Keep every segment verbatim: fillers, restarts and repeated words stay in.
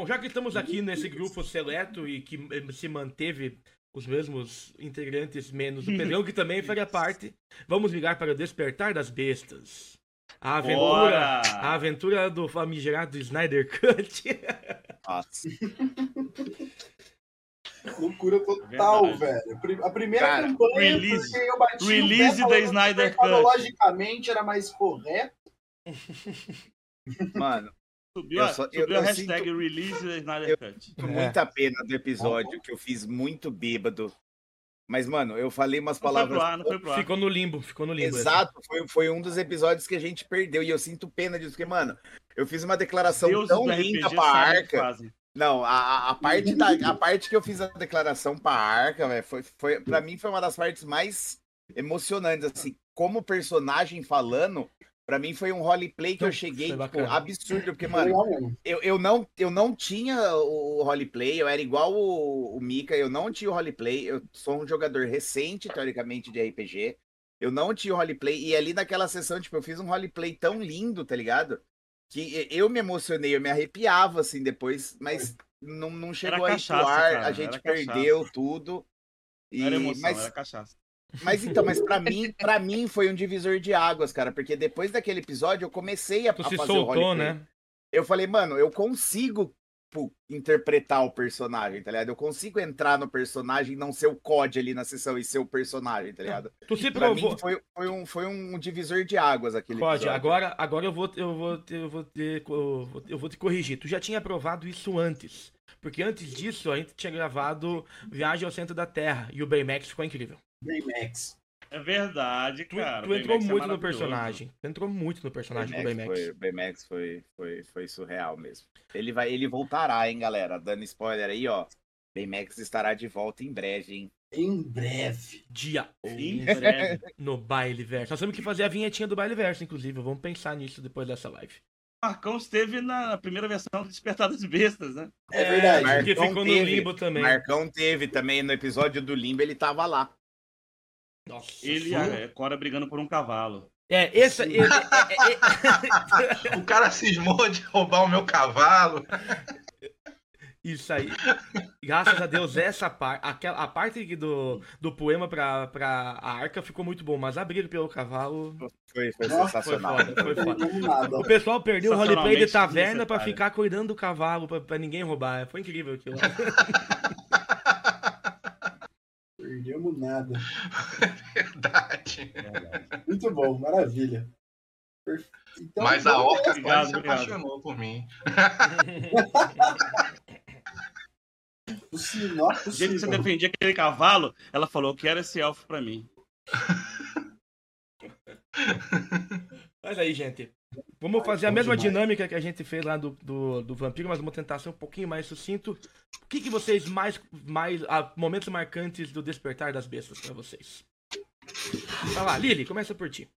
Bom, já que estamos aqui nesse grupo seleto e que se manteve os mesmos integrantes, menos o Pedrão, que também faria parte, vamos ligar para o Despertar das Bestas. A aventura, Bora! a aventura do famigerado Snyder Cut. Nossa. Loucura total, Verdade. velho. A primeira Cara, campanha, release- porque eu bati release o da pé falando que Snyder Cut. mercadologicamente era mais correto. Mano, Subiu, Eu a, só- subiu eu- eu a hashtag sinto- release da Snyder eu- Cut. com É. muita pena do episódio, que eu fiz muito bêbado. Mas, mano, eu falei umas Não foi palavras. pro ar, não foi pro ar. Ficou no limbo, ficou no limbo. Exato, foi, foi um dos episódios que a gente perdeu. E eu sinto pena disso, porque, mano, eu fiz uma declaração Deuses tão do R P linda G pra sabem o que Arca. fazem. Não, a, a- a parte da, a parte que eu fiz a declaração pra Arca, velho, foi, foi, pra mim foi uma das partes mais emocionantes, assim, como personagem falando, pra mim foi um roleplay que Não, eu cheguei, foi tipo, bacana. absurdo, porque, Foi mano, legal mesmo. eu, eu, não, eu não tinha o roleplay, eu era igual o, o Mika, eu não tinha o roleplay, eu sou um jogador recente, teoricamente, de R P G, eu não tinha o roleplay, e ali naquela sessão, tipo, eu fiz um roleplay tão lindo, tá ligado? Que eu me emocionei, eu me arrepiava, assim, depois, mas não, não chegou a cachaça, atuar, cara, a gente era cachaça. perdeu tudo. E, Não era emoção, mas, era cachaça. mas então, mas pra mim, pra mim foi um divisor de águas, cara, porque depois daquele episódio eu comecei a, Tu a se fazer o soltou, roleplay. né? Eu falei, mano, eu consigo pô, interpretar o personagem, tá ligado? Eu consigo entrar no personagem e não ser o C O D ali na sessão e ser o personagem, tá ligado? Tu se Pra provou. mim foi, foi, um, foi um divisor de águas aquele Code, episódio. agora, agora eu vou, eu vou, te- eu vou, te, eu vou- eu vou te corrigir. Tu já tinha provado isso antes. Porque antes disso, a gente tinha gravado Viagem ao Centro da Terra. E o Baymax ficou incrível. Baymax. É verdade, Tu, cara. tu o entrou Baymax é muito no maravilhoso. personagem. Tu entrou muito no personagem do Baymax Baymax. foi, Baymax foi, foi, foi surreal mesmo. Ele, vai, ele voltará, hein, galera? Dando spoiler aí, ó. Baymax estará de volta em breve, hein? Em breve. Dia Em onze breve. no Baile Verso. Nós temos que fazer a vinhetinha do Baile Verso, inclusive. Vamos pensar nisso depois dessa live. Marcão esteve na primeira versão do Despertar das Bestas, né? É verdade. Marcão Porque ficou no teve, limbo também. Marcão teve também, no episódio do Limbo, ele tava lá. Nossa. Ele e a Cora brigando por um cavalo. É, esse. é- é- é- O cara cismou de roubar o meu cavalo. Isso aí. Graças a Deus, essa parte. Aquela, a parte aqui do, do poema pra, pra a arca ficou muito bom, mas a briga pelo cavalo Foi, foi Nossa, foi sensacional. foda, foi foda. Não nada. O pessoal perdeu o roleplay de Sensacionalmente taverna pra desnecessário. ficar cuidando do cavalo, pra, pra ninguém roubar. Foi incrível aquilo. Perdemos nada. Verdade. Muito bom, maravilha. Perfe- Então, Mas a vamos orca Obrigado, quase se obrigado. apaixonou por mim. possível, não é Do jeito que você possível. defendia aquele cavalo, ela falou: eu quero esse elfo pra mim. Mas aí, gente. Vamos fazer a mesma dinâmica que a gente fez lá do, do, do Vampiro, mas vamos tentar ser um pouquinho mais sucinto. O que, que vocês mais. mais ah, momentos marcantes do Despertar das Bestas pra vocês? Vai lá, Lili, começa por ti.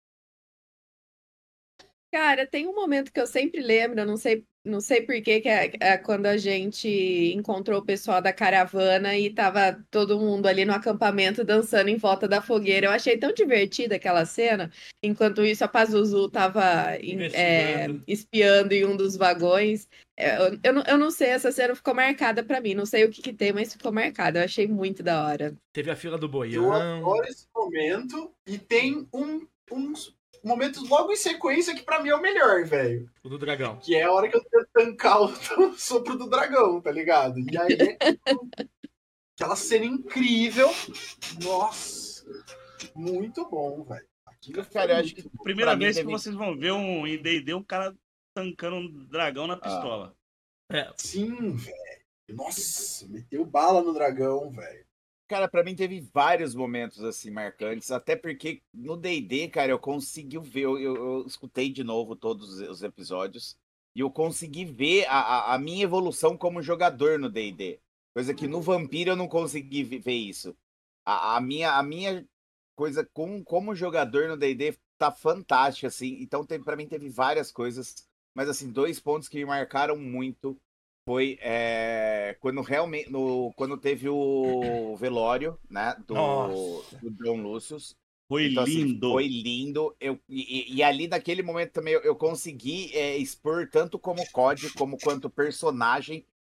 Cara, tem um momento que eu sempre lembro, eu não sei, não sei por que, que é, é quando a gente encontrou o pessoal da caravana e tava todo mundo ali no acampamento dançando em volta da fogueira. Eu achei tão divertida aquela cena. Enquanto isso, a Pazuzu tava em- é, Investigando. espiando em um dos vagões. É, Eu, eu, não, eu não sei, essa cena ficou marcada pra mim. Não sei o que que tem, mas ficou marcada. Eu achei muito da hora. Teve a fila do Eu boião. adoro esse momento e tem um, uns momentos logo em sequência que pra mim é o melhor, velho. O do dragão. Que é a hora que eu tento tancar o sopro do dragão, tá ligado? E aí é aquela cena incrível. Nossa, muito bom, velho. Aquilo foi Cara, eu acho que muito bom. Primeira Pra mim vez que deve- vocês vão ver um em D e D, um cara tancando um dragão Ah. na pistola. É, Sim, velho. Nossa, meteu bala no dragão, velho. Cara, pra mim teve vários momentos assim marcantes, até porque no D e D, cara, eu consegui ver, eu, eu- eu escutei de novo todos os episódios e eu consegui ver a, a- a minha evolução como jogador no D e D. Coisa que no Vampiro eu não consegui vi- ver isso. A, a minha, a minha coisa com, como jogador no D e D tá fantástica, assim. Então, teve, pra mim, teve várias coisas, mas assim, dois pontos que me marcaram muito. Foi é, quando realmente no, quando teve o velório, né, do, Nossa. do John Lucius. Foi Então, assim, lindo. foi lindo. Eu, e, e- e ali naquele momento também eu, eu consegui é, expor tanto como C O D como quanto personagem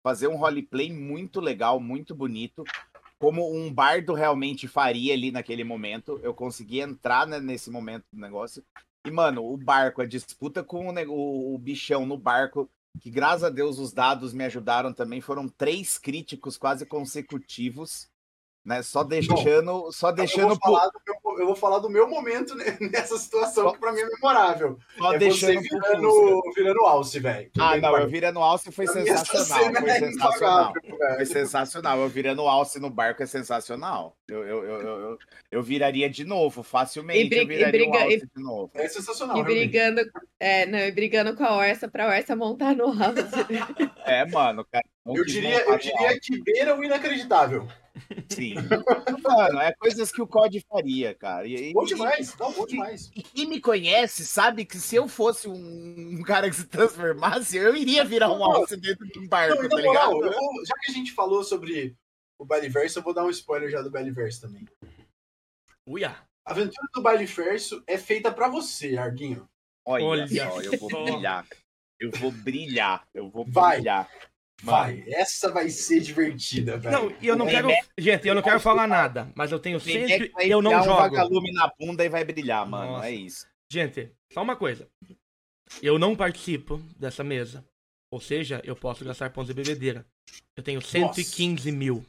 fazer um roleplay muito legal, muito bonito, como um bardo realmente faria ali naquele momento. Eu consegui entrar, né, nesse momento do negócio. E, mano, o barco, a disputa com o, o, o bichão no barco, que graças a Deus os dados me ajudaram também, foram três críticos quase consecutivos, né? Só deixando, Bom, só deixando. Eu vou, falar do meu, eu vou falar do meu momento nessa situação, só, que pra mim é memorável. Só é deixando você virando, virando alce, velho. Ah, não, eu virando alce foi sensacional. Foi é sensacional. Foi sensacional. Eu virando alce no barco é sensacional. Eu, eu, eu, eu, eu viraria de novo, facilmente. E, brig, eu viraria e, briga, um alce e, de novo. É sensacional. E brigando, é, não, e brigando com a Orsa pra Orsa montar no alce. É, mano, cara. Eu diria, eu diria que beira o inacreditável. Sim. Mano, é coisas que o C O D faria, cara. E, bom demais, não, bom demais. E, e quem me conhece sabe que se eu fosse um, um cara que se transformasse, eu iria virar um alce dentro de um barco, não, tá ligado? Não, eu vou, já que a gente falou sobre o Baileverso, eu vou dar um spoiler já do Baileverso também. Uia. A aventura do Baileverso é feita pra você, Arguinho. Olha, Olha só, eu vou brilhar. Eu vou brilhar. Eu vou Vai. brilhar. Vai, essa vai ser divertida, velho. Não, e eu não quero. Gente, eu não quero falar nada, mas eu tenho cento e eu não um jogo. vagalume na bunda e vai brilhar, mano. Nossa. É isso. Gente, só uma coisa. Eu não participo dessa mesa. Ou seja, eu posso gastar pontos de bebedeira. Eu tenho cento e quinze Nossa. Mil.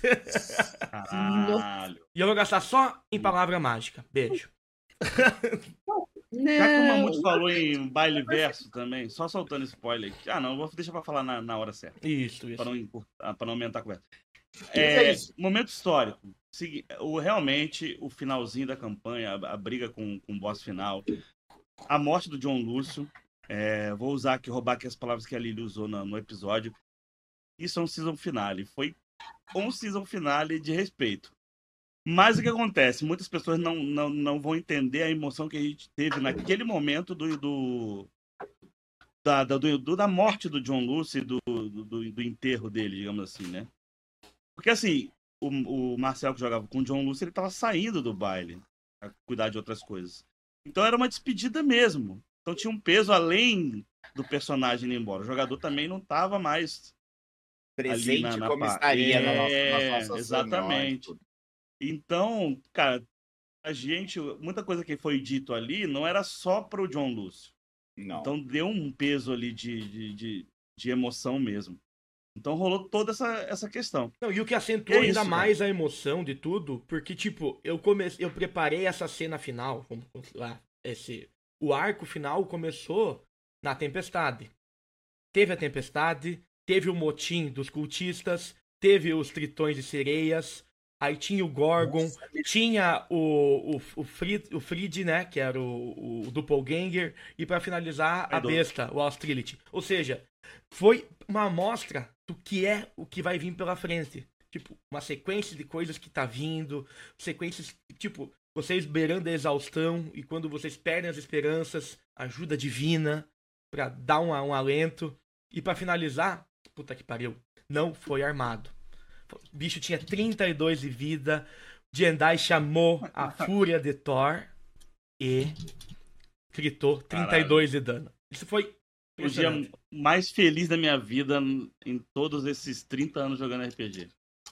Caralho. E eu vou gastar só em palavra mágica. Beijo. Não. Já que o Mamute falou em baile verso também, só soltando spoiler. Ah, não, vou deixar pra falar na, na hora certa. Isso, isso. Pra não, pra não aumentar a conversa. É, é momento histórico. O, realmente, o finalzinho da campanha, a, a briga com, com o boss final, a morte do John Lúcio. É, vou usar aqui, roubar aqui as palavras que a Lily usou no, no episódio. Isso é um season finale. Foi um season finale de respeito. Mas o que acontece? Muitas pessoas não, não, não vão entender a emoção que a gente teve naquele momento do, do, da, do, do, da morte do John Lúcio e do, do, do enterro dele, digamos assim, né? Porque, assim, o, o Marcel que jogava com o John Lúcio, ele estava saindo do baile a cuidar de outras coisas. Então era uma despedida mesmo. Então tinha um peso além do personagem ir embora. O jogador também não estava mais presente na, na como estaria é, na nossa, nas nossas exatamente. Reuniões. Então, cara, a gente, muita coisa que foi dito ali não era só pro John Lúcio. Não. Então deu um peso ali de, de, de, de emoção mesmo. Então rolou toda essa, essa questão. Não, e o que acentuou é ainda isso, mais cara. A emoção de tudo, porque, tipo, eu comecei, eu preparei essa cena final, vamos lá, esse, o arco final começou na tempestade. Teve a tempestade, teve o motim dos cultistas, teve os tritões e sereias, aí tinha o Gorgon, Nossa, tinha o, o, o, Fried, o Fried, né, que era o, o Doppelganger, e pra finalizar a besta, o Australity. Ou seja, foi uma amostra do que é o que vai vir pela frente. Tipo, uma sequência de coisas que tá vindo, sequências, tipo, vocês beirando a exaustão, e quando vocês perdem as esperanças, ajuda divina pra dar um, um alento. E pra finalizar, puta que pariu, não foi armado. O bicho tinha trinta e dois de vida. Jendai chamou a fúria de Thor e gritou trinta e dois Caralho. De dano. Isso foi o dia mais feliz da minha vida em todos esses trinta anos jogando R P G.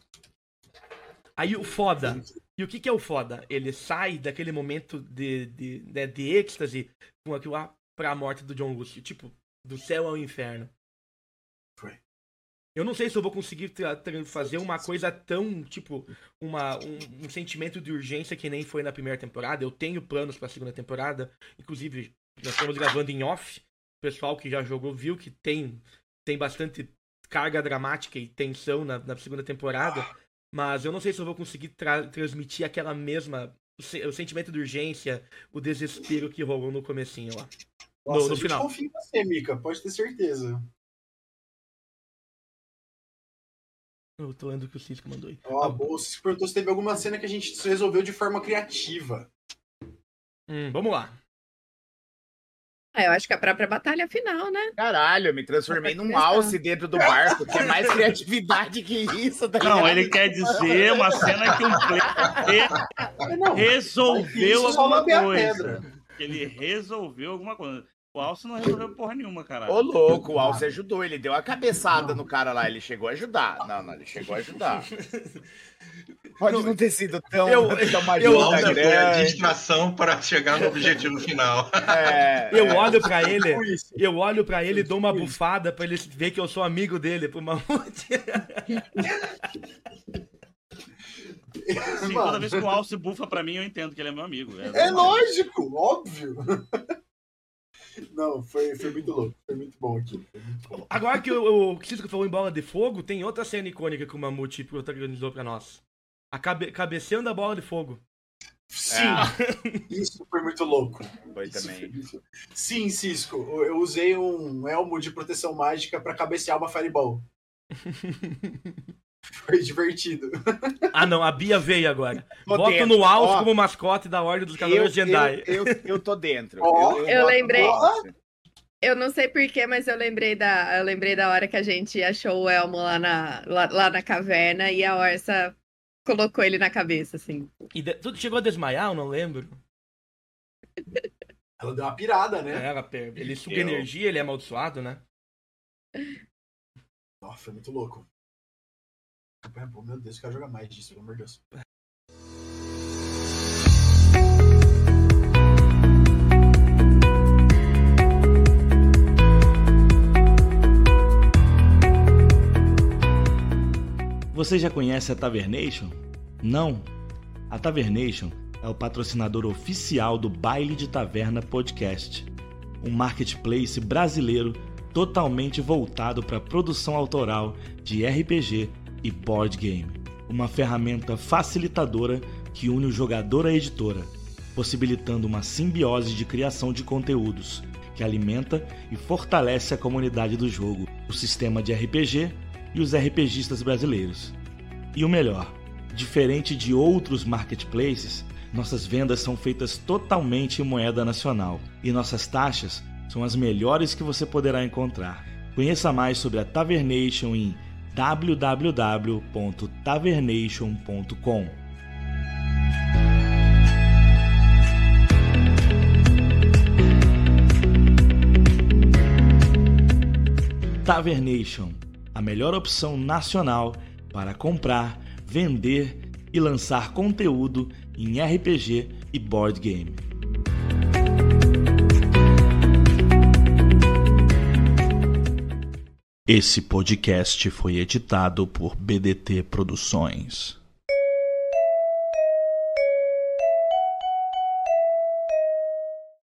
Aí o foda. E o que, que é o foda? Ele sai daquele momento de, de, de, de êxtase com aquilo lá pra morte do John Lúcio. Tipo, do céu ao inferno. Foi. Eu não sei se eu vou conseguir fazer uma coisa tão, tipo, uma, um, um sentimento de urgência que nem foi na primeira temporada. Eu tenho planos pra segunda temporada. Inclusive, nós estamos gravando em off. O pessoal que já jogou viu que tem, tem bastante carga dramática e tensão na, na segunda temporada. Mas eu não sei se eu vou conseguir tra- transmitir aquela mesma... O, se, o sentimento de urgência, o desespero que rolou no comecinho lá. Nossa, no, no a gente final. confia em você, Mika. Pode ter certeza. Eu tô lendo o que o Cisco mandou aí. Ó, oh, o Cisco perguntou se teve alguma cena que a gente resolveu de forma criativa. Hum, vamos lá. Ah, eu acho que a própria batalha final, né? Caralho, eu me transformei num alce dentro do barco. Que é mais criatividade que isso, tá Não, ligado? ele quer dizer uma cena que um player resolveu Isso só alguma lamber a coisa. pedra. Que ele resolveu alguma coisa. O Alce não resolveu porra nenhuma, caralho. Ô, louco, o Alce ajudou. Ele deu uma cabeçada no cara lá. Ele chegou a ajudar. Não, não, ele chegou a ajudar. Pode não, não ter sido tão, eu, tão uma Eu ajuda foi a distração para chegar no objetivo final. É, eu olho pra ele, eu olho pra ele e dou uma bufada pra ele ver que eu sou amigo dele, pro Mamute. Sim, toda vez que o Alce bufa pra mim, eu entendo que ele é meu amigo. É, É lógico, óbvio. Não, foi, foi muito louco. Foi muito bom aqui. Foi muito bom. Agora que o, o Cisco falou em Bola de Fogo, tem outra cena icônica que o Mamute protagonizou pra nós. A cabe, cabeceando a bola de fogo. Sim, isso foi muito louco. Foi Isso também. foi muito- Sim, Cisco, eu eu usei um elmo de proteção mágica pra cabecear uma Fireball. Foi divertido. Ah não, a Bia veio agora. Tô Voto dentro. no Alce Ó, como mascote da Ordem dos Eu, Cavaleiros eu, Jedi. eu, eu tô dentro. Ó, eu voto no lembrei. Alce. Eu não sei porquê, mas eu lembrei da, eu lembrei da hora que a gente achou o Elmo lá na, lá, lá na caverna e a Orsa colocou ele na cabeça, assim. E de, tu chegou a desmaiar, eu não lembro. Ela deu uma pirada, né? Era, per- ele suga Eu- energia, ele é amaldiçoado, né? Nossa, foi muito louco. Pô, meu Deus, eu quero jogar mais disso, pelo amor de Deus. Você já conhece a Tavernation? Não? A Tavernation é o patrocinador oficial do Baile de Taverna Podcast, um marketplace brasileiro totalmente voltado para a produção autoral de R P G e board game. Uma ferramenta facilitadora que une o jogador à editora, possibilitando uma simbiose de criação de conteúdos que alimenta e fortalece a comunidade do jogo, o sistema de R P G e os RPGistas brasileiros. E o melhor, diferente de outros marketplaces, nossas vendas são feitas totalmente em moeda nacional e nossas taxas são as melhores que você poderá encontrar. Conheça mais sobre a Tavernation em w w w ponto tavernation ponto com. Tavernation, a melhor opção nacional para comprar, vender e lançar conteúdo em R P G e board game. Esse podcast foi editado por B D T Produções.